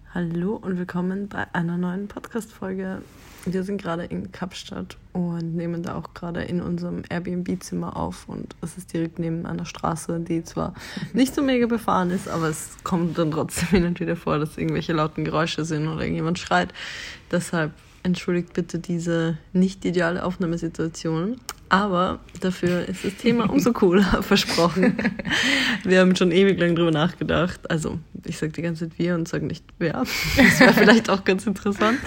Hallo und willkommen bei einer neuen Podcast-Folge. Wir sind gerade in Kapstadt und nehmen da auch gerade in unserem Airbnb-Zimmer auf. Und es ist direkt neben einer Straße, die zwar nicht so mega befahren ist, aber es kommt dann trotzdem hin und wieder vor, dass irgendwelche lauten Geräusche sind oder irgendjemand schreit. Deshalb entschuldigt bitte diese nicht ideale Aufnahmesituation. Aber dafür ist das Thema umso cooler, versprochen. Wir haben schon ewig lang drüber nachgedacht. Also, ich sage die ganze Zeit wir und sage nicht wer. Das wäre vielleicht auch ganz interessant.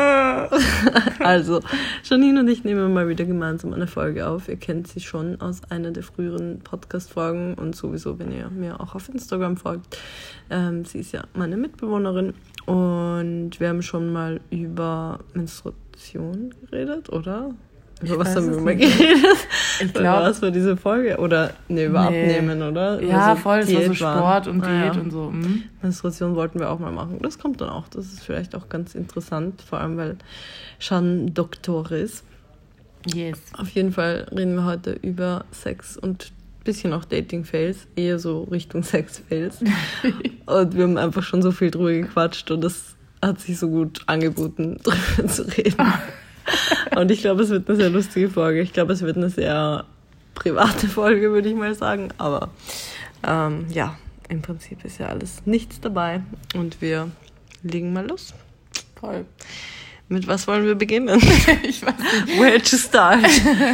Also, Janine und ich nehmen mal wieder gemeinsam eine Folge auf. Ihr kennt sie schon aus einer der früheren Podcast-Folgen und sowieso, wenn ihr mir auch auf Instagram folgt. Sie ist ja meine Mitbewohnerin und wir haben schon mal über Menstruation geredet, oder? Über was haben wir mal geredet? Ich glaube, was war diese Folge? Oder über Abnehmen, oder? Ja, also voll, es war so Sport und Diät und so. Menstruation wollten wir auch mal machen. Das kommt dann auch. Das ist vielleicht auch ganz interessant, vor allem, weil Shan Doktor ist. Yes. Auf jeden Fall reden wir heute über Sex und ein bisschen auch Dating-Fails, eher so Richtung Sex-Fails. Und wir haben einfach schon so viel drüber gequatscht und das hat sich so gut angeboten, drüber zu reden. Und ich glaube, es wird eine sehr lustige Folge. Ich glaube, es wird eine sehr private Folge, würde ich mal sagen. Aber ja, im Prinzip ist ja alles nichts dabei. Und wir legen mal los. Voll. Mit was wollen wir beginnen? Ich weiß nicht. Where to start?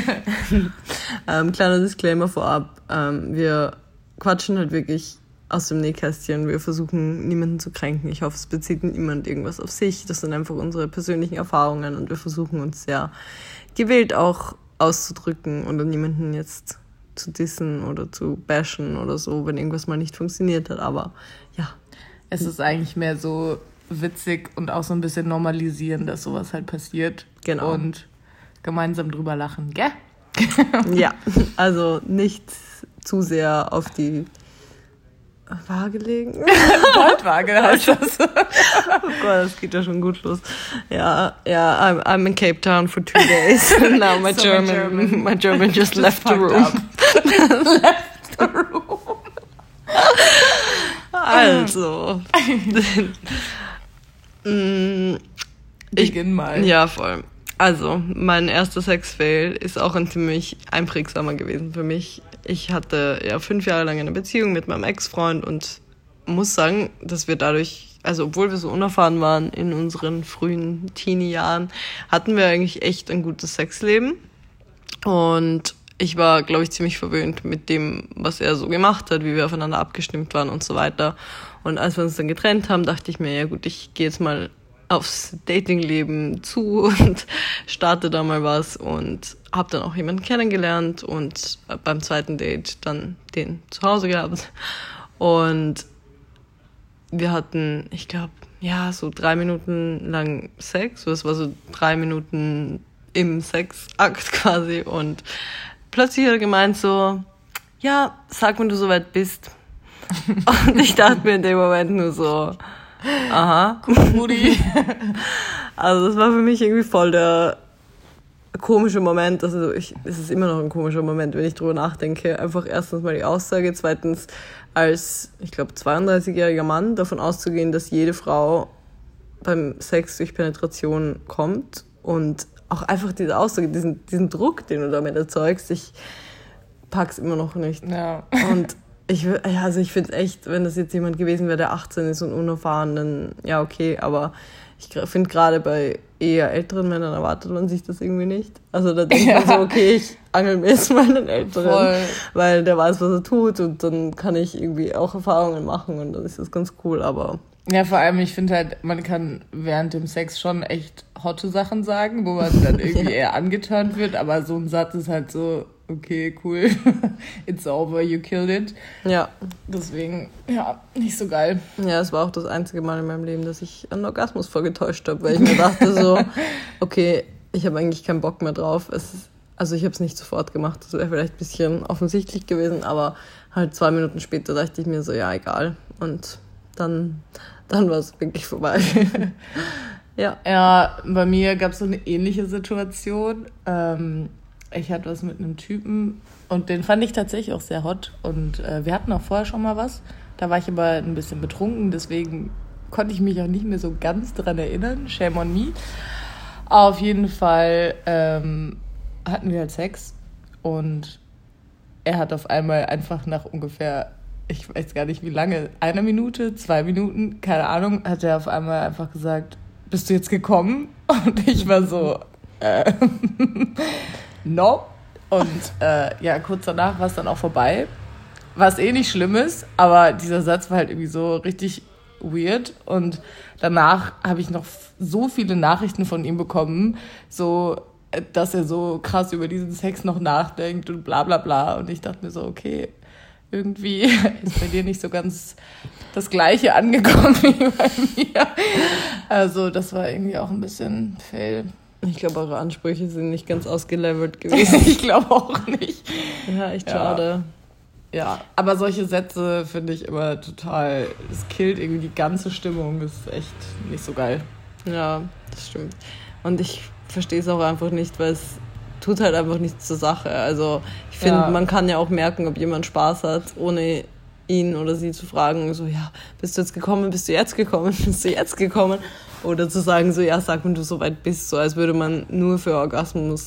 Kleiner Disclaimer vorab. Wir quatschen halt wirklich aus dem Nähkästchen. Wir versuchen, niemanden zu kränken. Ich hoffe, es bezieht niemand irgendwas auf sich. Das sind einfach unsere persönlichen Erfahrungen und wir versuchen uns sehr gewählt auch auszudrücken oder niemanden jetzt zu dissen oder zu bashen oder so, wenn irgendwas mal nicht funktioniert hat. Aber ja. Es ist eigentlich mehr so witzig und auch so ein bisschen normalisieren, dass sowas halt passiert. Genau. Und gemeinsam drüber lachen, gell? Ja, also nicht zu sehr auf die Waage legen. Goldwaage heißt das. Oh Gott, das geht ja schon gut los. Ja, I'm in Cape Town for 2 days. Now my German just left the room. Left the room. Also. Beginn mal. Ja, voll. Also, mein erster Sex-Fail ist auch ein ziemlich einprägsamer gewesen für mich. Ich hatte ja 5 Jahre lang eine Beziehung mit meinem Ex-Freund und muss sagen, dass wir dadurch, also obwohl wir so unerfahren waren in unseren frühen Teenie-Jahren, hatten wir eigentlich echt ein gutes Sexleben. Und ich war, glaube ich, ziemlich verwöhnt mit dem, was er so gemacht hat, wie wir aufeinander abgestimmt waren und so weiter. Und als wir uns dann getrennt haben, dachte ich mir, ja gut, ich gehe jetzt mal aufs Datingleben zu und starte da mal was und habe dann auch jemanden kennengelernt und beim zweiten Date dann den zu Hause gehabt. Und wir hatten, ich glaube, ja, so 3 Minuten lang Sex. Es war so 3 Minuten im Sexakt quasi. Und plötzlich hat er gemeint so, ja, sag, wenn du soweit bist. Und ich dachte mir in dem Moment nur so, aha. Rudi. Also das war für mich irgendwie voll der komische Moment. Also es ist immer noch ein komischer Moment, wenn ich drüber nachdenke. Einfach erstens mal die Aussage, zweitens als, ich glaube, 32-jähriger Mann davon auszugehen, dass jede Frau beim Sex durch Penetration kommt und auch einfach diese Aussage, diesen Druck, den du damit erzeugst, ich pack's immer noch nicht. Ja. Und ich finde es echt, wenn das jetzt jemand gewesen wäre, der 18 ist und unerfahren, dann ja okay, aber ich finde gerade bei eher älteren Männern erwartet man sich das irgendwie nicht. Also da denkt man so, okay, ich angel mir jetzt mal einen Älteren, voll, weil der weiß, was er tut und dann kann ich irgendwie auch Erfahrungen machen und dann ist das ganz cool, aber... Ja, vor allem, ich finde halt, man kann während dem Sex schon echt hotte Sachen sagen, wo man dann irgendwie eher angeturnt wird, aber so ein Satz ist halt so, okay, cool, it's over, you killed it. Ja. Deswegen, ja, nicht so geil. Ja, es war auch das einzige Mal in meinem Leben, dass ich einen Orgasmus vorgetäuscht habe, weil ich mir dachte so, okay, ich habe eigentlich keinen Bock mehr drauf. Also ich habe es nicht sofort gemacht, das wäre vielleicht ein bisschen offensichtlich gewesen, aber halt 2 Minuten später dachte ich mir so, ja, egal. Und dann war es wirklich vorbei. Ja. Ja, bei mir gab es so eine ähnliche Situation. Ich hatte was mit einem Typen und den fand ich tatsächlich auch sehr hot. Und wir hatten auch vorher schon mal was. Da war ich aber ein bisschen betrunken, deswegen konnte ich mich auch nicht mehr so ganz dran erinnern. Shame on me. Auf jeden Fall hatten wir halt Sex und er hat auf einmal einfach nach ungefähr, ich weiß gar nicht wie lange, 1 Minute, 2 Minuten, keine Ahnung, hat er auf einmal einfach gesagt, bist du jetzt gekommen? Und ich war so, no. Und ja, kurz danach war es dann auch vorbei. Was eh nicht schlimm ist, aber dieser Satz war halt irgendwie so richtig weird. Und danach habe ich noch so viele Nachrichten von ihm bekommen, so, dass er so krass über diesen Sex noch nachdenkt und bla bla bla. Und ich dachte mir so, okay, irgendwie ist bei dir nicht so ganz das Gleiche angekommen wie bei mir. Also das war irgendwie auch ein bisschen fail. Ich glaube, eure Ansprüche sind nicht ganz ausgelevelt gewesen. Ich glaube auch nicht. Ja, echt schade. Ja, aber solche Sätze finde ich immer total, es killt irgendwie die ganze Stimmung, das ist echt nicht so geil. Ja, das stimmt. Und ich verstehe es auch einfach nicht, weil es tut halt einfach nichts zur Sache. Also ich finde, man kann ja auch merken, ob jemand Spaß hat, ohne ihn oder sie zu fragen, so, ja, bist du jetzt gekommen, bist du jetzt gekommen, bist du jetzt gekommen? Oder zu sagen, so, ja, sag, wenn du so weit bist, so als würde man nur für Orgasmen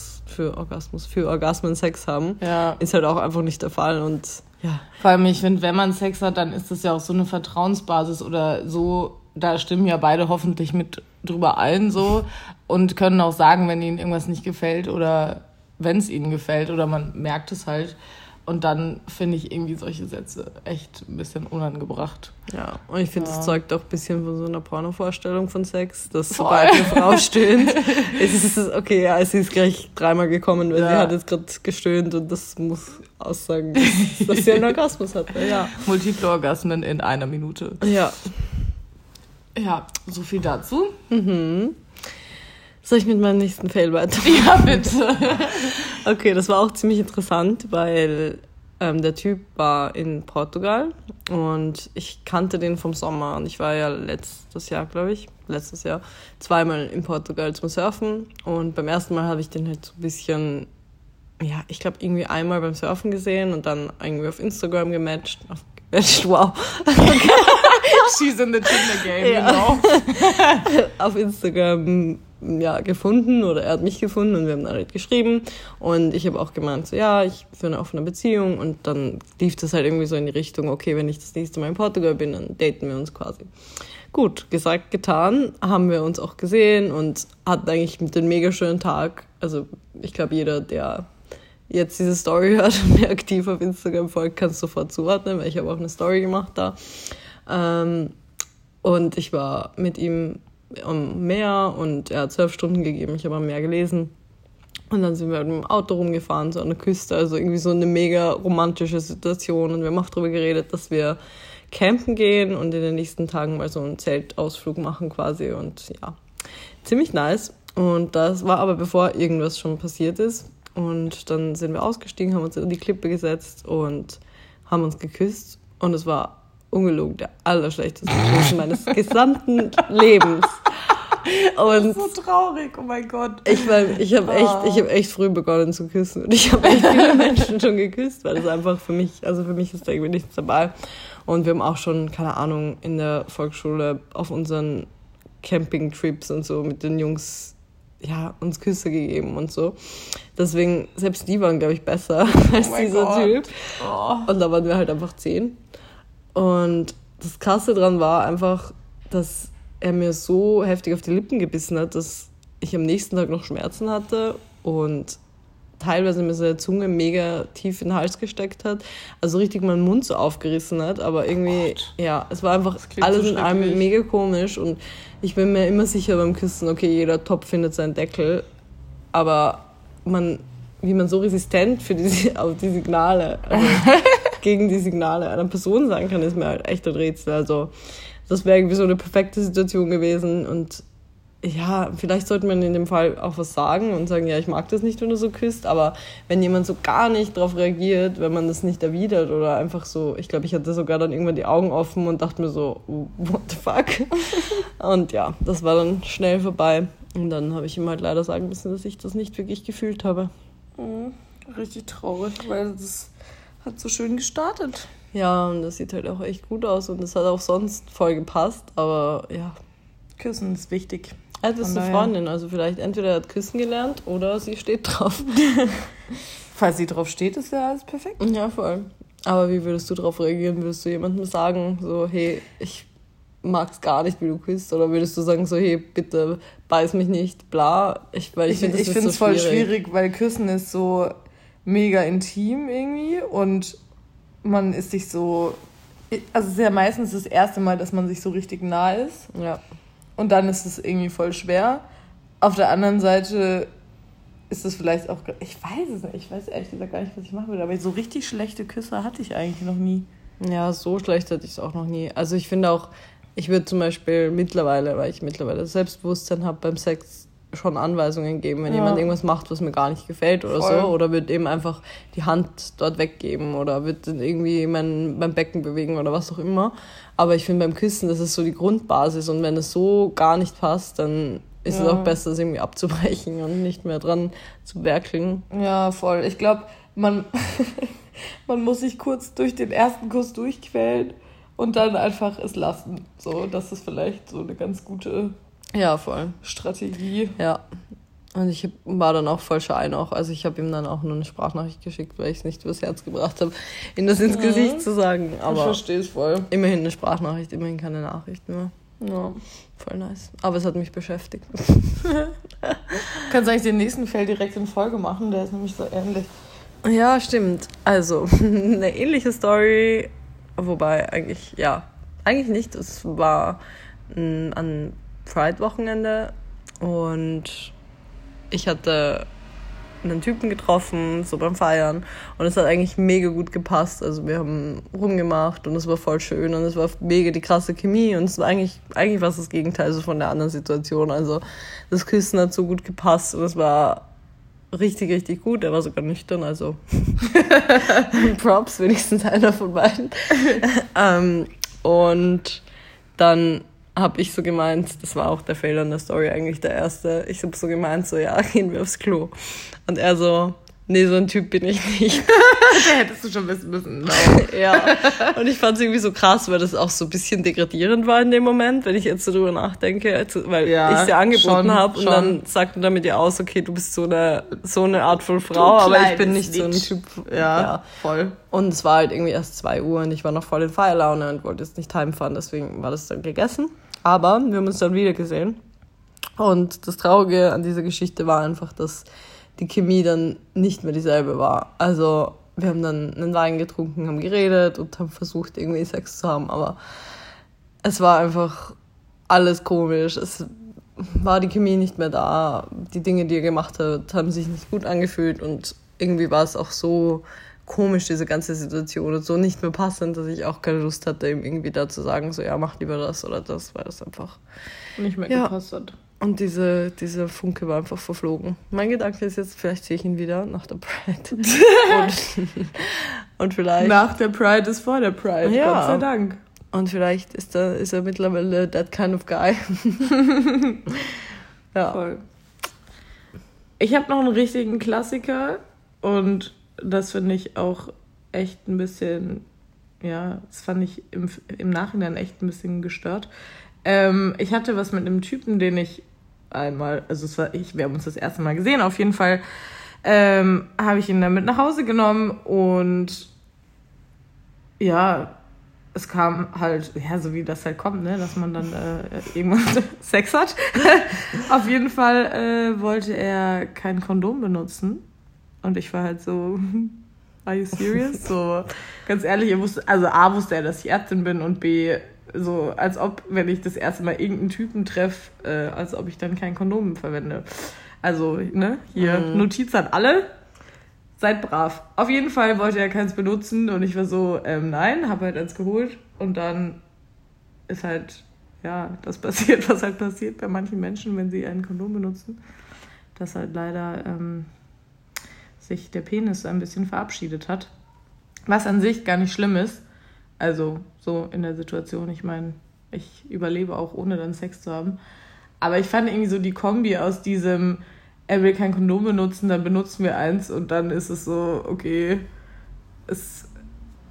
Sex haben. Ja. Ist halt auch einfach nicht der Fall und ja. Vor allem, ich finde, wenn man Sex hat, dann ist das ja auch so eine Vertrauensbasis oder so, da stimmen ja beide hoffentlich mit drüber ein so und können auch sagen, wenn ihnen irgendwas nicht gefällt oder wenn es ihnen gefällt oder man merkt es halt. Und dann finde ich irgendwie solche Sätze echt ein bisschen unangebracht. Ja, und ich finde, das zeugt auch ein bisschen von so einer Pornovorstellung von Sex, dass sobald eine Frau stöhnt, ist es okay, ja, sie ist gleich 3-mal gekommen, weil sie hat jetzt gerade gestöhnt und das muss aussagen, dass sie einen Orgasmus hatte. Ja. Multiple Orgasmen in 1 Minute. Ja. Ja, so viel dazu. Mhm. Soll ich mit meinem nächsten Fail weitermachen? Ja, bitte. Okay, das war auch ziemlich interessant, weil der Typ war in Portugal und ich kannte den vom Sommer und ich war ja letztes Jahr 2-mal in Portugal zum Surfen und beim ersten Mal habe ich den halt so ein bisschen, ja, ich glaube irgendwie einmal beim Surfen gesehen und dann irgendwie auf Instagram gematcht, wow. She's in the Tinder game, ja. You know. Auf Instagram gefunden oder er hat mich gefunden und wir haben dann halt geschrieben und ich habe auch gemeint, so ja, ich für eine offene Beziehung und dann lief das halt irgendwie so in die Richtung, okay, wenn ich das nächste Mal in Portugal bin, dann daten wir uns quasi. Gut, gesagt, getan, haben wir uns auch gesehen und hatten eigentlich den mega schönen Tag. Also ich glaube, jeder, der jetzt diese Story hört und mir aktiv auf Instagram folgt, kann es sofort zuordnen, weil ich habe auch eine Story gemacht da. Und ich war mit ihm am Meer und er hat 12 Stunden gegeben, ich habe am Meer gelesen. Und dann sind wir mit dem Auto rumgefahren, so an der Küste, also irgendwie so eine mega romantische Situation. Und wir haben auch darüber geredet, dass wir campen gehen und in den nächsten Tagen mal so einen Zeltausflug machen quasi. Und ja, ziemlich nice. Und das war aber bevor irgendwas schon passiert ist. Und dann sind wir ausgestiegen, haben uns an die Klippe gesetzt und haben uns geküsst. Und es war ungelogen der allerschlechteste Kuss meines gesamten Lebens. Und das ist so traurig, oh mein Gott. Ich habe echt früh begonnen zu küssen und ich habe echt viele Menschen schon geküsst, weil das einfach für mich ist da irgendwie nichts dabei. Und wir haben auch schon, keine Ahnung, in der Volksschule auf unseren Campingtrips und so mit den Jungs uns Küsse gegeben und so. Deswegen, selbst die waren, glaube ich, besser als dieser Typ. Oh. Und da waren wir halt einfach 10. Und das Krasse dran war einfach, dass er mir so heftig auf die Lippen gebissen hat, dass ich am nächsten Tag noch Schmerzen hatte und teilweise mir seine Zunge mega tief in den Hals gesteckt hat. Also richtig meinen Mund so aufgerissen hat, aber irgendwie, es war einfach alles in allem mega komisch und ich bin mir immer sicher beim Küssen, okay, jeder Topf findet seinen Deckel, aber wie man so resistent auf die Signale, also gegen die Signale einer Person sein kann, ist mir halt echt ein Rätsel. Also das wäre irgendwie so eine perfekte Situation gewesen und ja, vielleicht sollte man in dem Fall auch was sagen und sagen, ja, ich mag das nicht, wenn du so küsst, aber wenn jemand so gar nicht drauf reagiert, wenn man das nicht erwidert oder einfach so, ich glaube, ich hatte sogar dann irgendwann die Augen offen und dachte mir so, what the fuck? Und ja, das war dann schnell vorbei und dann habe ich ihm halt leider sagen müssen, dass ich das nicht wirklich gefühlt habe. Richtig traurig, weil das hat so schön gestartet. Ja, und das sieht halt auch echt gut aus und das hat auch sonst voll gepasst, aber ja. Küssen ist wichtig. Älteste Freundin, also vielleicht entweder hat Küssen gelernt oder sie steht drauf. Falls sie drauf steht, ist ja alles perfekt. Ja, voll. Aber wie würdest du darauf reagieren? Würdest du jemandem sagen, so, hey, ich mag's gar nicht, wie du küsst? Oder würdest du sagen, so, hey, bitte beiß mich nicht, bla? Ich finde es voll schwierig, weil Küssen ist so mega intim irgendwie und man ist sich so... Also es ist ja meistens das erste Mal, dass man sich so richtig nah ist. Ja. Und dann ist es irgendwie voll schwer. Auf der anderen Seite ist es vielleicht auch... Ich weiß es nicht. Ich weiß ehrlich gesagt gar nicht, was ich machen würde. Aber so richtig schlechte Küsse hatte ich eigentlich noch nie. Ja, so schlecht hatte ich es auch noch nie. Also ich finde auch, ich würde zum Beispiel mittlerweile, weil ich mittlerweile Selbstbewusstsein habe, beim Sex schon Anweisungen geben, wenn jemand irgendwas macht, was mir gar nicht gefällt oder so. Oder würde eben einfach die Hand dort weggeben oder würde irgendwie mein Becken bewegen oder was auch immer. Aber ich finde beim Küssen, das ist so die Grundbasis. Und wenn es so gar nicht passt, dann ist es auch besser, es irgendwie abzubrechen und nicht mehr dran zu werkeln. Ja, voll. Ich glaube, man muss sich kurz durch den ersten Kuss durchquälen und dann einfach es lassen. So, das ist vielleicht so eine ganz gute Strategie. Ja. Und ich war dann auch voll shy noch. Also ich habe ihm dann auch nur eine Sprachnachricht geschickt, weil ich es nicht übers Herz gebracht habe, ihm das ins Gesicht zu sagen. Aber ich verstehe es voll. Immerhin eine Sprachnachricht, immerhin keine Nachricht mehr. Ja, voll nice. Aber es hat mich beschäftigt. Kannst du eigentlich den nächsten Fall direkt in Folge machen? Der ist nämlich so ähnlich. Ja, stimmt. Also, eine ähnliche Story, wobei eigentlich nicht. Es war an Pride-Wochenende und ich hatte einen Typen getroffen, so beim Feiern, und es hat eigentlich mega gut gepasst. Also wir haben rumgemacht und es war voll schön und es war mega die krasse Chemie und es war eigentlich war es das Gegenteil so von der anderen Situation. Also das Küssen hat so gut gepasst und es war richtig, richtig gut. Er war sogar nüchtern, also Props, wenigstens einer von beiden. Und dann habe ich so gemeint, das war auch der Fehler in der Story, eigentlich der erste. Ich habe so gemeint, so, ja, gehen wir aufs Klo. Und er so, nee, so ein Typ bin ich nicht. Da hättest du schon wissen müssen. No. Ja, und ich fand es irgendwie so krass, weil das auch so ein bisschen degradierend war in dem Moment, wenn ich jetzt so drüber nachdenke, weil ich es ja angeboten habe und dann sagt er damit ja aus, okay, du bist so eine Art von Frau, aber ich bin nicht so ein Typ. Ja, voll. Und es war halt irgendwie erst 2 Uhr und ich war noch voll in Feierlaune und wollte jetzt nicht heimfahren, deswegen war das dann gegessen. Aber wir haben uns dann wieder gesehen. Und das Traurige an dieser Geschichte war einfach, dass die Chemie dann nicht mehr dieselbe war. Also wir haben dann einen Wein getrunken, haben geredet und haben versucht, irgendwie Sex zu haben. Aber es war einfach alles komisch. Es war die Chemie nicht mehr da. Die Dinge, die er gemacht hat, haben sich nicht gut angefühlt. Und irgendwie war es auch so komisch, diese ganze Situation, und so nicht mehr passend, dass ich auch keine Lust hatte, ihm irgendwie da zu sagen, so, ja, mach lieber das oder das, weil das einfach nicht mehr gepasst hat. Und diese Funke war einfach verflogen. Mein Gedanke ist jetzt, vielleicht sehe ich ihn wieder nach der Pride. und vielleicht... Nach der Pride ist vor der Pride, ja. Gott sei Dank. Und vielleicht ist er mittlerweile that kind of guy. Ja. Voll. Ich habe noch einen richtigen Klassiker und das finde ich auch echt ein bisschen, das fand ich im Nachhinein echt ein bisschen gestört. Ich hatte was mit einem Typen, den ich einmal, also wir haben uns das erste Mal gesehen, auf jeden Fall habe ich ihn dann mit nach Hause genommen und ja, es kam halt, so wie das halt kommt, ne, dass man dann irgendwann Sex hat. Auf jeden Fall wollte er kein Kondom benutzen. Und ich war halt so, are you serious? So, ganz ehrlich, A wusste er, dass ich Ärztin bin und B, so, als ob, wenn ich das erste Mal irgendeinen Typen treffe, als ob ich dann kein Kondom verwende. Also, ne, hier, Notiz an alle, seid brav. Auf jeden Fall wollte er keins benutzen und ich war so, nein, habe halt eins geholt und dann ist halt, das passiert, was halt passiert bei manchen Menschen, wenn sie ein Kondom benutzen, dass halt leider sich der Penis ein bisschen verabschiedet hat. Was an sich gar nicht schlimm ist. Also so in der Situation. Ich meine, ich überlebe auch, ohne dann Sex zu haben. Aber ich fand irgendwie so die Kombi aus diesem, er will kein Kondom benutzen, dann benutzen wir eins und dann ist es so, okay, es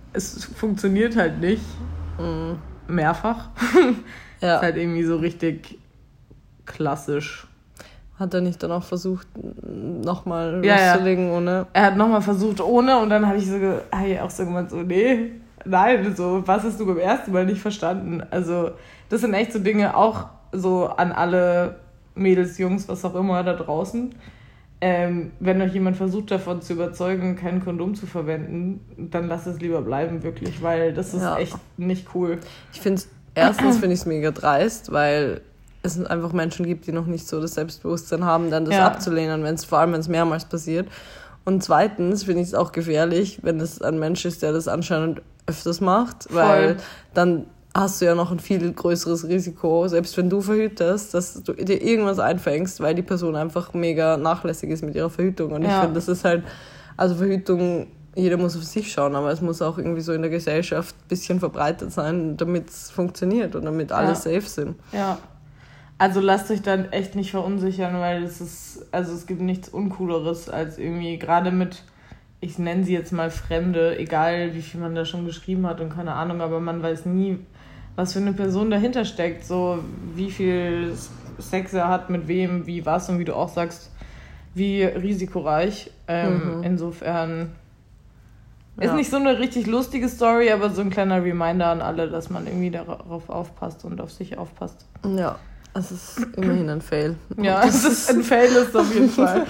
es funktioniert halt nicht. Mehrfach. Ja. Ist halt irgendwie so richtig klassisch. Hat er nicht dann auch versucht, nochmal loszulegen ohne? Er hat nochmal versucht ohne und dann habe ich auch so gemeint, so, nee, nein, so, was hast du beim ersten Mal nicht verstanden? Also, das sind echt so Dinge, auch so an alle Mädels, Jungs, was auch immer da draußen. Wenn euch jemand versucht, davon zu überzeugen, kein Kondom zu verwenden, dann lasst es lieber bleiben, wirklich, weil das ist echt nicht cool. Erstens finde ich es mega dreist, weil es einfach Menschen gibt, die noch nicht so das Selbstbewusstsein haben, dann das abzulehnen, vor allem wenn es mehrmals passiert. Und zweitens finde ich es auch gefährlich, wenn es ein Mensch ist, der das anscheinend öfters macht, weil dann hast du ja noch ein viel größeres Risiko, selbst wenn du verhütest, dass du dir irgendwas einfängst, weil die Person einfach mega nachlässig ist mit ihrer Verhütung. Und ich finde, das ist halt, also Verhütung, jeder muss auf sich schauen, aber es muss auch irgendwie so in der Gesellschaft ein bisschen verbreitet sein, damit es funktioniert und damit alle safe sind. Ja, also lasst euch dann echt nicht verunsichern, weil es gibt nichts Uncooleres als irgendwie, gerade mit, ich nenne sie jetzt mal Fremde, egal wie viel man da schon geschrieben hat und keine Ahnung, aber man weiß nie, was für eine Person dahinter steckt, so wie viel Sex er hat, mit wem, wie was und wie du auch sagst, wie risikoreich. Insofern ist nicht so eine richtig lustige Story, aber so ein kleiner Reminder an alle, dass man irgendwie darauf aufpasst und auf sich aufpasst. Ja, es ist immerhin ein Fail. Ja, es ist ein Fail, ist auf jeden Fall.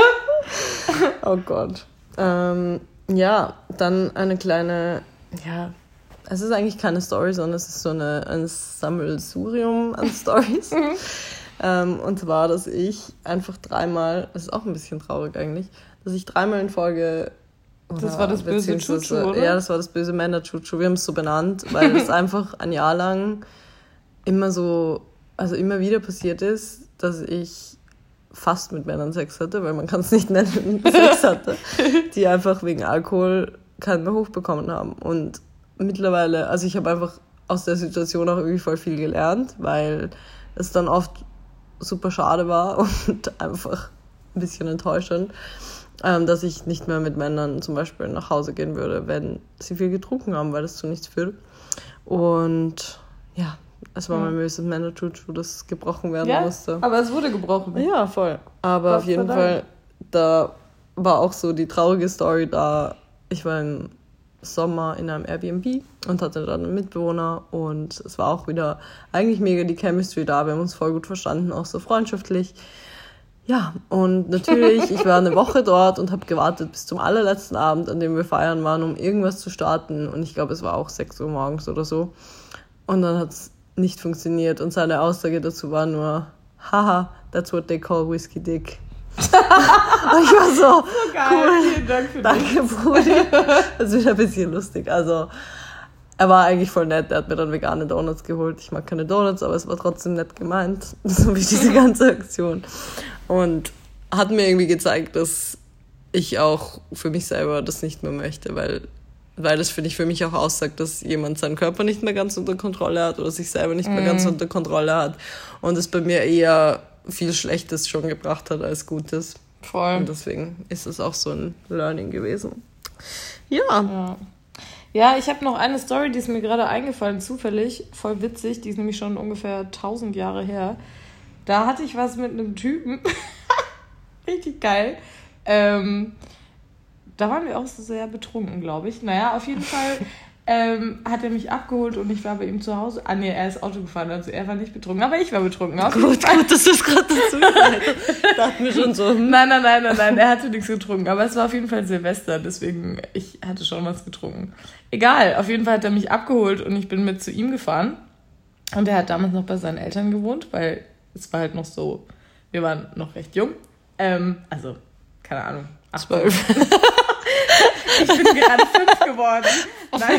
Oh Gott. Dann eine kleine, es ist eigentlich keine Story, sondern es ist so ein Sammelsurium an Stories. Und zwar, dass ich einfach dreimal, das ist auch ein bisschen traurig eigentlich, dass ich dreimal in Folge... Das war das böse Chuchu, oder? Ja, das war das böse Männer-Chuchu. Wir haben es so benannt, weil es einfach ein Jahr lang immer wieder passiert ist, dass ich fast mit Männern Sex hatte, weil man kann es nicht nennen, Sex hatte, die einfach wegen Alkohol keinen mehr hochbekommen haben. Und mittlerweile, also ich habe einfach aus der Situation auch irgendwie voll viel gelernt, weil es dann oft super schade war und einfach ein bisschen enttäuschend, dass ich nicht mehr mit Männern zum Beispiel nach Hause gehen würde, wenn sie viel getrunken haben, weil das zu nichts führt. Und ja, es war mein böses Männer-Chuchu, das gebrochen werden musste. Aber es wurde gebrochen. Ja, voll. Aber auf jeden Fall, da war auch so die traurige Story da. Ich war im Sommer in einem Airbnb und hatte dann einen Mitbewohner und es war auch wieder eigentlich mega die Chemistry da. Wir haben uns voll gut verstanden, auch so freundschaftlich. Ja, und natürlich, ich war eine Woche dort und habe gewartet bis zum allerletzten Abend, an dem wir feiern waren, um irgendwas zu starten. Und ich glaube, es war auch 6 Uhr morgens oder so. Und dann hat es nicht funktioniert. Und seine Aussage dazu war nur, haha, that's what they call whiskey dick. Und ich war so geil. Cool. Vielen Dank für Danke, Brudi. Das ist wieder ein bisschen lustig. Also, er war eigentlich voll nett. Er hat mir dann vegane Donuts geholt. Ich mag keine Donuts, aber es war trotzdem nett gemeint. So wie diese ganze Aktion. Und hat mir irgendwie gezeigt, dass ich auch für mich selber das nicht mehr möchte, weil das, finde ich, für mich auch aussagt, dass jemand seinen Körper nicht mehr ganz unter Kontrolle hat oder sich selber nicht mehr ganz unter Kontrolle hat und es bei mir eher viel Schlechtes schon gebracht hat als Gutes. Voll. Und deswegen ist es auch so ein Learning gewesen. Ja. Ja, ich habe noch eine Story, die ist mir gerade eingefallen, zufällig, voll witzig, die ist nämlich schon ungefähr 1000 Jahre her. Da hatte ich was mit einem Typen, richtig geil. Da waren wir auch so sehr betrunken, glaube ich. Naja, auf jeden Fall hat er mich abgeholt und ich war bei ihm zu Hause. Ah nee, er ist Auto gefahren, also er war nicht betrunken, aber ich war betrunken. Gut, dass du es gerade dazu gesagt hast. Dachten wir schon so. Nein, er hatte nichts getrunken, aber es war auf jeden Fall Silvester, deswegen, ich hatte schon was getrunken. Egal, auf jeden Fall hat er mich abgeholt und ich bin mit zu ihm gefahren. Und er hat damals noch bei seinen Eltern gewohnt, weil es war halt noch so, wir waren noch recht jung. Also, keine Ahnung, 12. Ich bin gerade 5 geworden. Nein.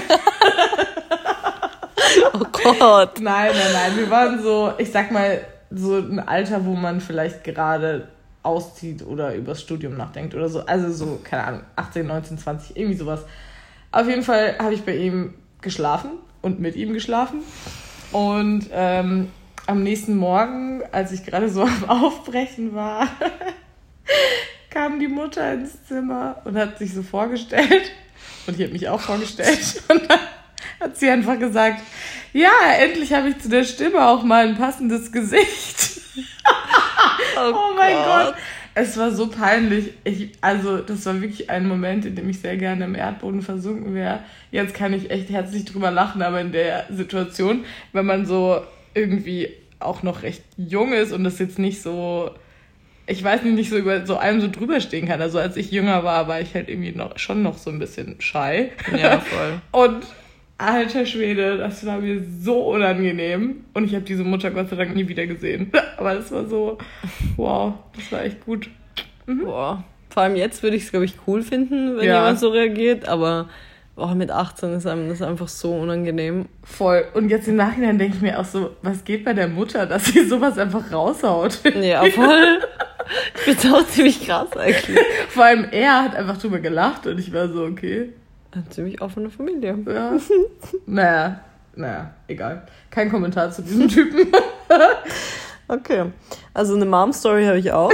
Oh Gott. Nein. Wir waren so, ich sag mal, so ein Alter, wo man vielleicht gerade auszieht oder übers Studium nachdenkt oder so. Also so, keine Ahnung, 18, 19, 20, irgendwie sowas. Auf jeden Fall habe ich bei ihm geschlafen und mit ihm geschlafen. Und am nächsten Morgen, als ich gerade so am Aufbrechen war, kam die Mutter ins Zimmer und hat sich so vorgestellt Und ich habe mich auch vorgestellt. Und dann hat sie einfach gesagt, ja, endlich habe ich zu der Stimme auch mal ein passendes Gesicht. Oh mein Gott. Es war so peinlich. Also das war wirklich ein Moment, in dem ich sehr gerne im Erdboden versunken wäre. Jetzt kann ich echt herzlich drüber lachen, aber in der Situation, wenn man so irgendwie auch noch recht jung ist und das jetzt nicht so, ich weiß nicht so über so einem so drüber stehen kann. Also als ich jünger war ich halt irgendwie schon noch so ein bisschen shy. Ja, voll. Und alter Schwede, das war mir so unangenehm. Und ich habe diese Mutter Gott sei Dank nie wieder gesehen. Aber das war so, wow, das war echt gut. Boah. Vor allem jetzt würde ich es, glaube ich, cool finden, wenn jemand so reagiert. Aber mit 18 ist einem das einfach so unangenehm. Voll. Und jetzt im Nachhinein denke ich mir auch so, was geht bei der Mutter, dass sie sowas einfach raushaut? Ja, voll. Ich finde es auch ziemlich krass eigentlich. Vor allem er hat einfach drüber gelacht und ich war so, okay. Eine ziemlich offene Familie. Ja. Naja, egal. Kein Kommentar zu diesem Typen. Okay. Also eine Mom-Story habe ich auch.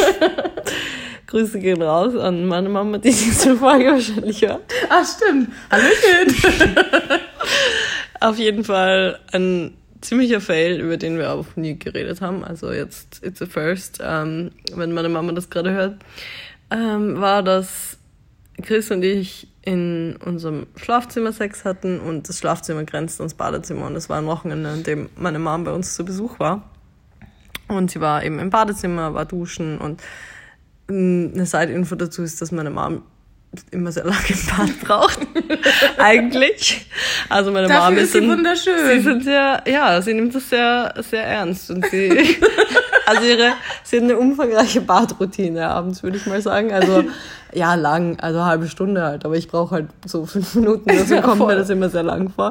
Grüße gehen raus an meine Mama, die diese Folge wahrscheinlich hört. Ach, stimmt. Hallöchen. Auf jeden Fall ein ziemlicher Fail, über den wir auch nie geredet haben. Also jetzt, it's a first, wenn meine Mama das gerade hört, war, dass Chris und ich in unserem Schlafzimmer Sex hatten und das Schlafzimmer grenzt ans Badezimmer und es war ein Wochenende, an dem meine Mom bei uns zu Besuch war. Und sie war eben im Badezimmer, war duschen und eine Side-Info dazu ist, dass meine Mom immer sehr lange im Bad braucht. Eigentlich. Also meine Dafür Mom ist sie wunderschön. Sie nimmt das sehr, sehr ernst und sie hat eine umfangreiche Badroutine abends, würde ich mal sagen. Also, ja, lang, also eine halbe Stunde halt, aber ich brauche halt so 5 Minuten, deswegen kommt mir das immer sehr lang vor.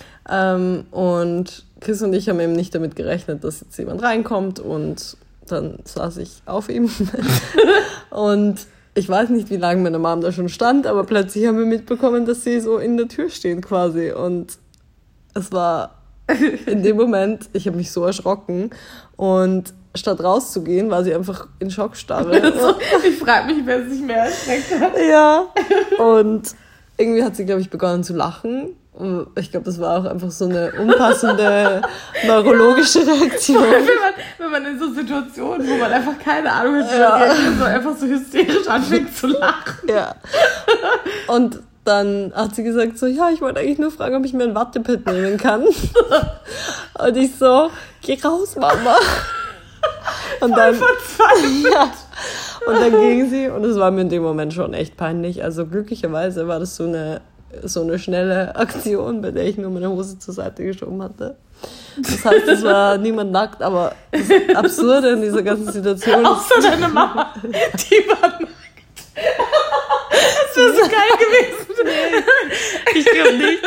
Und Chris und ich haben eben nicht damit gerechnet, dass jetzt jemand reinkommt und dann saß ich auf ihm und ich weiß nicht, wie lange meine Mom da schon stand, aber plötzlich haben wir mitbekommen, dass sie so in der Tür stehen quasi und es war in dem Moment, ich habe mich so erschrocken und statt rauszugehen, war sie einfach in Schockstarre. Also, ich frage mich, wer sich mehr erschreckt hat. Ja, und irgendwie hat sie, glaube ich, begonnen zu lachen. Ich glaube, das war auch einfach so eine unpassende neurologische Reaktion. Wenn man in so Situationen, wo man einfach keine Ahnung hat, so einfach so hysterisch anfängt zu lachen. Ja. Und dann hat sie gesagt so, ja, ich wollte eigentlich nur fragen, ob ich mir ein Wattepad nehmen kann. Und ich so, geh raus, Mama. Und dann, ja. Und dann ging sie und es war mir in dem Moment schon echt peinlich. Also glücklicherweise war das so eine schnelle Aktion, bei der ich nur meine Hose zur Seite geschoben hatte. Das heißt, es war niemand nackt, aber das Absurde in dieser ganzen Situation ist... Außer deine Mama, die war nackt. Das wäre so geil gewesen. Nee, ich glaube nicht.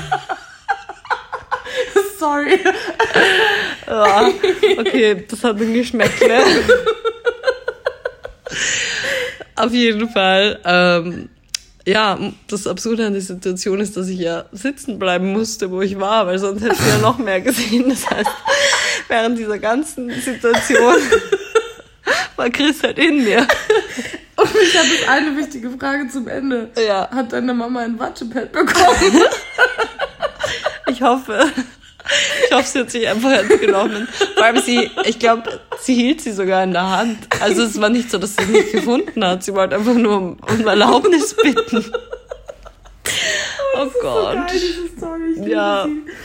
Sorry. Ja, okay, das hat ein Geschmäckle. Auf jeden Fall... ja, das Absurde an der Situation ist, dass ich ja sitzen bleiben musste, wo ich war, weil sonst hätte ich ja noch mehr gesehen. Das heißt, während dieser ganzen Situation war Chris halt in mir. Und ich habe jetzt eine wichtige Frage zum Ende. Ja. Hat deine Mama ein Wattepad bekommen? Ich hoffe, sie hat sich einfach ernst genommen. Vor allem ich glaube, sie hielt sie sogar in der Hand. Also es war nicht so, dass sie es nicht gefunden hat. Sie wollte einfach nur um Erlaubnis bitten. Oh Gott. So geil, diese Story. Ich ja.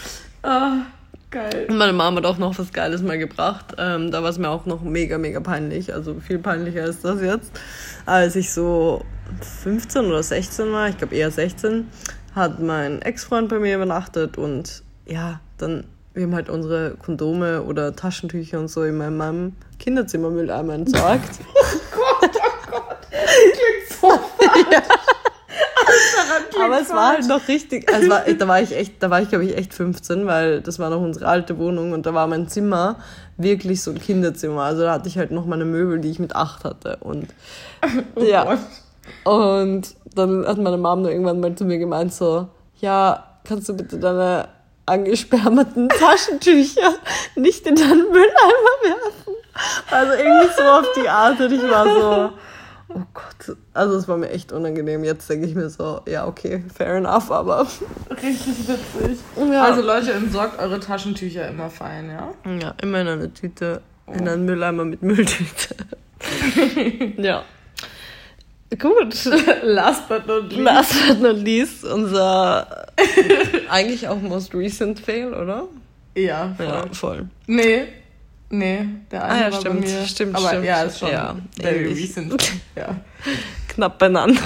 Geil. Und meine Mama hat auch noch was Geiles mal gebracht. Da war es mir auch noch mega, mega peinlich. Also viel peinlicher als das jetzt. Als ich so 15 oder 16 war, ich glaube eher 16, hat mein Ex-Freund bei mir übernachtet und ja, dann, wir haben halt unsere Kondome oder Taschentücher und so in meinem Kinderzimmermülleimer entsorgt. Oh Gott. Klingt so falsch. Ja. Aber es war halt noch richtig, also da war ich glaube ich echt 15, weil das war noch unsere alte Wohnung und da war mein Zimmer wirklich so ein Kinderzimmer. Also da hatte ich halt noch meine Möbel, die ich mit 8 hatte und ja. Und dann hat meine Mom nur irgendwann mal zu mir gemeint so, ja, kannst du bitte deine angesperrten Taschentücher nicht in deinen Mülleimer werfen? Also irgendwie so auf die Art und ich war so, Oh Gott, also es war mir echt unangenehm. Jetzt denke ich mir so, ja okay, fair enough, aber... Richtig witzig. Ja. Also Leute, entsorgt eure Taschentücher immer fein, ja? Ja, immer in einer Tüte, in einen Mülleimer mit Mülltüte. Ja. Gut. Last but not least, unser eigentlich auch most recent fail, oder? Ja, voll. Ja, voll. Nee, der eine war stimmt, bei mir. stimmt. Aber ja, ist schon ja, very ähnlich. recent. Ja. Knapp beieinander.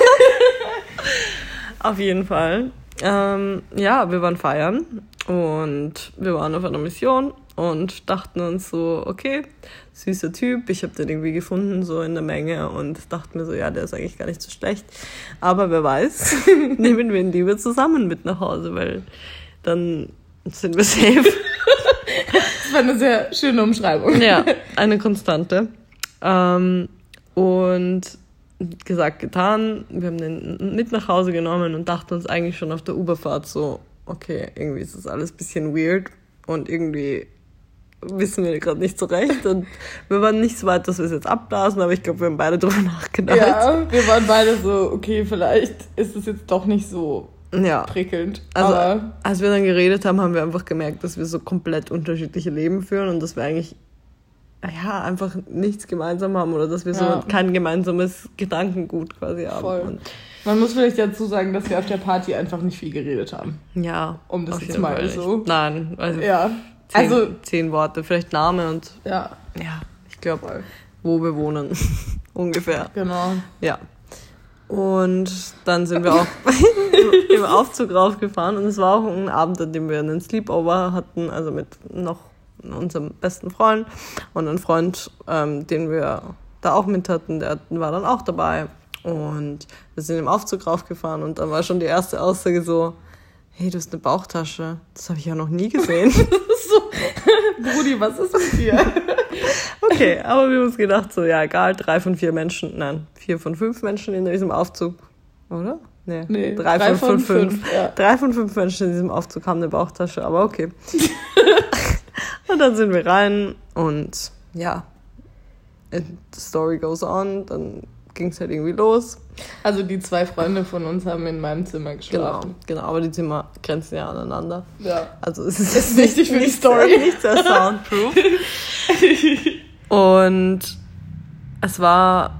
Auf jeden Fall. Ja, wir waren feiern und wir waren auf einer Mission und dachten uns so, okay, süßer Typ, ich habe den irgendwie gefunden, so in der Menge und dachte mir so, ja, der ist eigentlich gar nicht so schlecht. Aber wer weiß, nehmen wir ihn lieber zusammen mit nach Hause, weil dann sind wir safe. Das war eine sehr schöne Umschreibung. Ja, eine Konstante. Und gesagt, getan, wir haben den mit nach Hause genommen und dachten uns eigentlich schon auf der Uberfahrt so, okay, irgendwie ist das alles ein bisschen weird und irgendwie wissen wir gerade nicht so recht und wir waren nicht so weit, dass wir es jetzt abblasen, aber ich glaube, wir haben beide drüber nachgedacht. Ja, wir waren beide so, okay, vielleicht ist es jetzt doch nicht so prickelnd. Also, aber als wir dann geredet haben, haben wir einfach gemerkt, dass wir so komplett unterschiedliche Leben führen und dass wir eigentlich einfach nichts gemeinsam haben oder dass wir so kein gemeinsames Gedankengut quasi haben. Voll. Und man muss vielleicht dazu sagen, dass wir auf der Party einfach nicht viel geredet haben. ja. Um das jetzt mal so. Nein, also, ja. 10 Worte, vielleicht Name und ich glaube, wo wir wohnen. Ungefähr. Genau. Ja. Und dann sind wir auch im Aufzug raufgefahren und es war auch ein Abend, an dem wir einen Sleepover hatten, also mit noch unserem besten Freund und ein Freund, den wir da auch mit hatten, der war dann auch dabei und wir sind im Aufzug raufgefahren und dann war schon die erste Aussage so, hey, du hast eine Bauchtasche, das habe ich ja noch nie gesehen. So, Brudi, was ist mit dir? Okay, aber wir haben uns gedacht, so, ja, egal, 4 von 5 Menschen in diesem Aufzug, oder? Nee, 3 von 5. Ja. 3 von 5 Menschen in diesem Aufzug haben eine Bauchtasche, aber okay. Und dann sind wir rein und ja, the story goes on, dann ging es halt irgendwie los. Also die 2 Freunde von uns haben in meinem Zimmer geschlafen. Genau, aber die Zimmer grenzen ja aneinander. Ja. Also es ist wichtig für die Story. Nicht sehr soundproof. Und es war...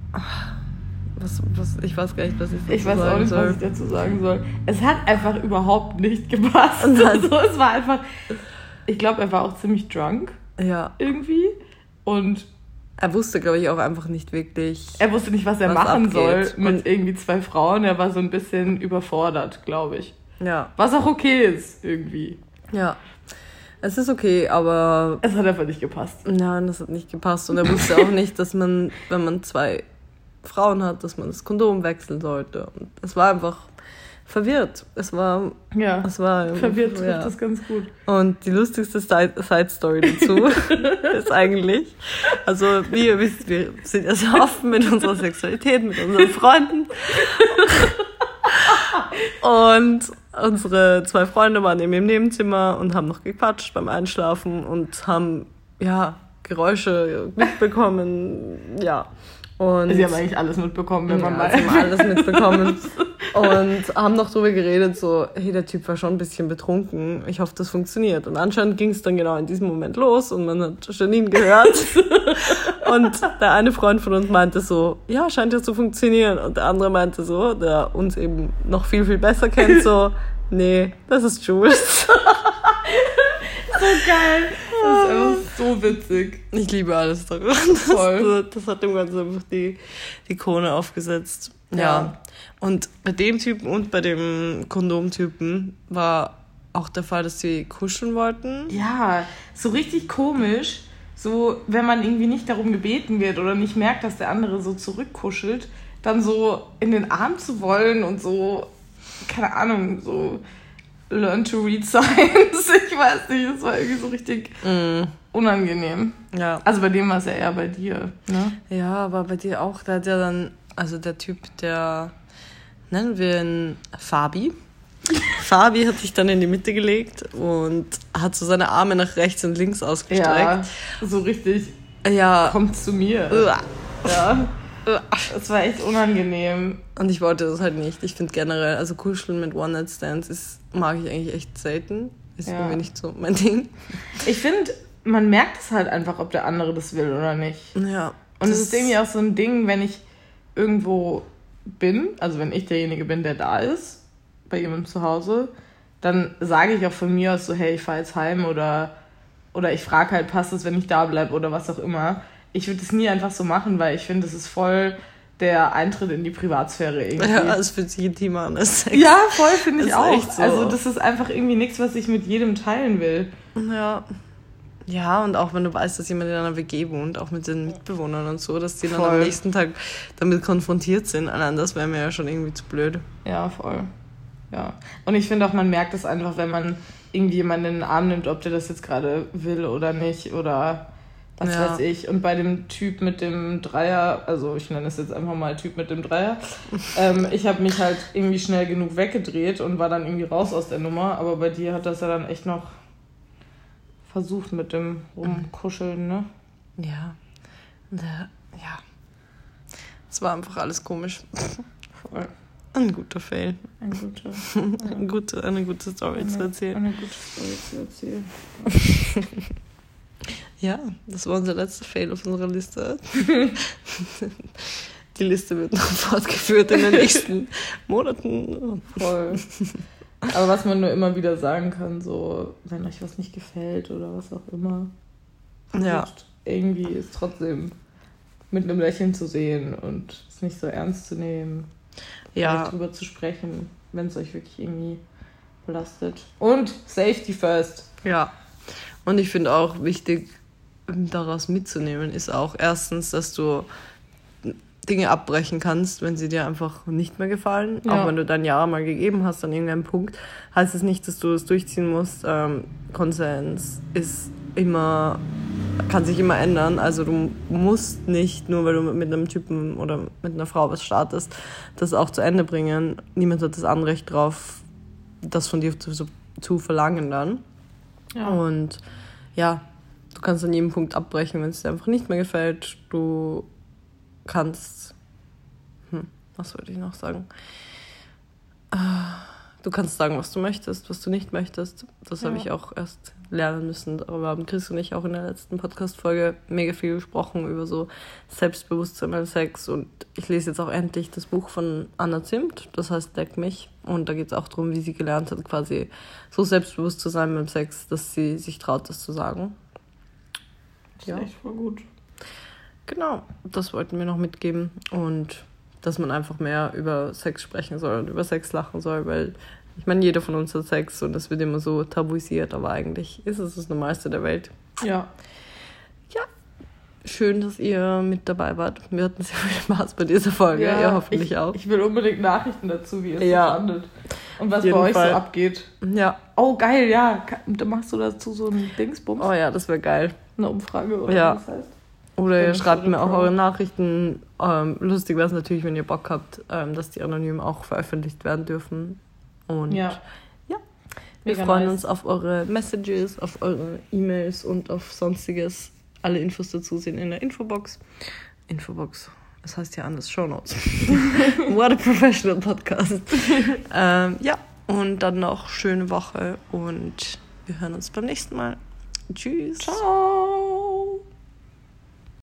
ich weiß gar nicht, was ich dazu sagen soll. Was ich dazu sagen soll. Es hat einfach überhaupt nicht gepasst. Also, es war einfach... Ich glaube, er war auch ziemlich drunk. Ja. Irgendwie. Und... Er wusste, glaube ich, auch einfach nicht wirklich... Er wusste nicht, was er machen soll mit irgendwie 2 Frauen. Er war so ein bisschen überfordert, glaube ich. Ja. Was auch okay ist, irgendwie. Ja. Es ist okay, aber... Es hat einfach nicht gepasst. Nein, das hat nicht gepasst. Und er wusste auch nicht, dass man, wenn man 2 Frauen hat, dass man das Kondom wechseln sollte. Und es war einfach verwirrt. Es war verwirrt trifft das ganz gut. Und die lustigste Side-Story dazu ist eigentlich, also wie ihr wisst, wir sind ja sehr offen mit unserer Sexualität, mit unseren Freunden. Und unsere 2 Freunde waren eben im Nebenzimmer und haben noch gequatscht beim Einschlafen und haben, Geräusche mitbekommen, Und sie haben eigentlich alles mitbekommen, wenn man mal... Sie haben alles mitbekommen und haben noch drüber geredet, so, hey, der Typ war schon ein bisschen betrunken, ich hoffe, das funktioniert. Und anscheinend ging es dann genau in diesem Moment los und man hat Janine gehört und der eine Freund von uns meinte so, ja, scheint ja zu funktionieren. Und der andere meinte so, der uns eben noch viel, viel besser kennt, so, nee, das ist Jules. So geil. Das ist einfach so witzig. Ich liebe alles daran. Das hat dem Ganzen einfach die Krone aufgesetzt. Ja. Und bei dem Typen und bei dem Kondomtypen war auch der Fall, dass sie kuscheln wollten. Ja, so richtig komisch. So, wenn man irgendwie nicht darum gebeten wird oder nicht merkt, dass der andere so zurückkuschelt, dann so in den Arm zu wollen und so, keine Ahnung, so... Learn to read signs. Ich weiß nicht, es war irgendwie so richtig unangenehm. Ja. Also bei dem war es ja eher bei dir, ne? Ja, aber bei dir auch. Der hat ja dann, also der Typ, der, nennen wir ihn Fabi. Fabi hat sich dann in die Mitte gelegt und hat so seine Arme nach rechts und links ausgestreckt. Ja, so richtig, kommt zu mir. Ja. Das war echt unangenehm. Und ich wollte das halt nicht. Ich finde generell, also Kuscheln mit One-Night-Stands mag ich eigentlich echt selten. Ist irgendwie nicht so mein Ding. Ich finde, man merkt es halt einfach, ob der andere das will oder nicht. Ja. Und es ist irgendwie auch so ein Ding, wenn ich irgendwo bin, also wenn ich derjenige bin, der da ist, bei jemandem zu Hause, dann sage ich auch von mir aus so, hey, ich fahre jetzt heim oder ich frage halt, passt es, wenn ich da bleibe oder was auch immer. Ich würde es nie einfach so machen, weil ich finde, es ist voll der Eintritt in die Privatsphäre irgendwie. Ja, es fühlt sich intimer an als Sex. Ja, voll, finde ich auch. Echt so. Also das ist einfach irgendwie nichts, was ich mit jedem teilen will. Ja. Ja, und auch wenn du weißt, dass jemand in einer WG wohnt, auch mit den Mitbewohnern und so, dass die dann am nächsten Tag damit konfrontiert sind. Allein das wäre mir ja schon irgendwie zu blöd. Ja, voll. Ja. Und ich finde auch, man merkt es einfach, wenn man irgendwie jemanden in den Arm nimmt, ob der das jetzt gerade will oder nicht oder was weiß ich. Und bei dem Typ mit dem Dreier, also ich nenne es jetzt einfach mal Typ mit dem Dreier, ich habe mich halt irgendwie schnell genug weggedreht und war dann irgendwie raus aus der Nummer. Aber bei dir hat das ja dann echt noch versucht mit dem Rumkuscheln, ne? Ja. Ja. Es war einfach alles komisch. Voll. Ein guter Fail. Eine gute Story zu erzählen. Eine gute Story zu erzählen. Ja, das war unser letzter Fail auf unserer Liste. Die Liste wird noch fortgeführt in den nächsten Monaten. Voll. Aber was man nur immer wieder sagen kann, so, wenn euch was nicht gefällt oder was auch immer, irgendwie ist trotzdem mit einem Lächeln zu sehen und es nicht so ernst zu nehmen. Ja. Drüber zu sprechen, wenn es euch wirklich irgendwie belastet. Und Safety first. Ja. Und ich finde auch wichtig, daraus mitzunehmen, ist auch erstens, dass du Dinge abbrechen kannst, wenn sie dir einfach nicht mehr gefallen. Ja. Auch wenn du dein Ja mal gegeben hast an irgendeinem Punkt, heißt es nicht, dass du es durchziehen musst. Konsens ist immer, kann sich immer ändern. Also du musst nicht, nur weil du mit einem Typen oder mit einer Frau was startest, das auch zu Ende bringen. Niemand hat das Anrecht drauf, das von dir zu verlangen dann. Ja. Und ja, du kannst an jedem Punkt abbrechen, wenn es dir einfach nicht mehr gefällt. Du kannst, was wollte ich noch sagen? Du kannst sagen, was du möchtest, was du nicht möchtest. Das habe ich auch erst lernen müssen. Darüber haben Chris und ich auch in der letzten Podcast-Folge mega viel gesprochen über so Selbstbewusstsein beim Sex. Und ich lese jetzt auch endlich das Buch von Anna Zimt, das heißt Deck mich. Und da geht es auch darum, wie sie gelernt hat, quasi so selbstbewusst zu sein beim Sex, dass sie sich traut, das zu sagen. Das ist echt voll gut. Genau, das wollten wir noch mitgeben. Und dass man einfach mehr über Sex sprechen soll und über Sex lachen soll, weil ich meine, jeder von uns hat Sex und das wird immer so tabuisiert, aber eigentlich ist es das Normalste der Welt. Ja. Ja, schön, dass ihr mit dabei wart. Wir hatten sehr viel Spaß bei dieser Folge, ihr hoffentlich auch. Ich will unbedingt Nachrichten dazu, wie ihr es fandet und was bei euch so abgeht. Ja. Oh, geil, ja. Machst du dazu so einen Dingsbums? Oh ja, das wäre geil. Eine Umfrage oder was das heißt? Oder ihr schreibt mir auch eure Nachrichten. Lustig wäre es natürlich, wenn ihr Bock habt, dass die anonym auch veröffentlicht werden dürfen. Und ja, wir freuen uns auf eure Messages, auf eure E-Mails und auf Sonstiges. Alle Infos dazu sind in der Infobox. Das heißt ja anders, Shownotes. What a professional podcast. Ja, und dann noch schöne Woche und wir hören uns beim nächsten Mal. Tschüss. Ciao.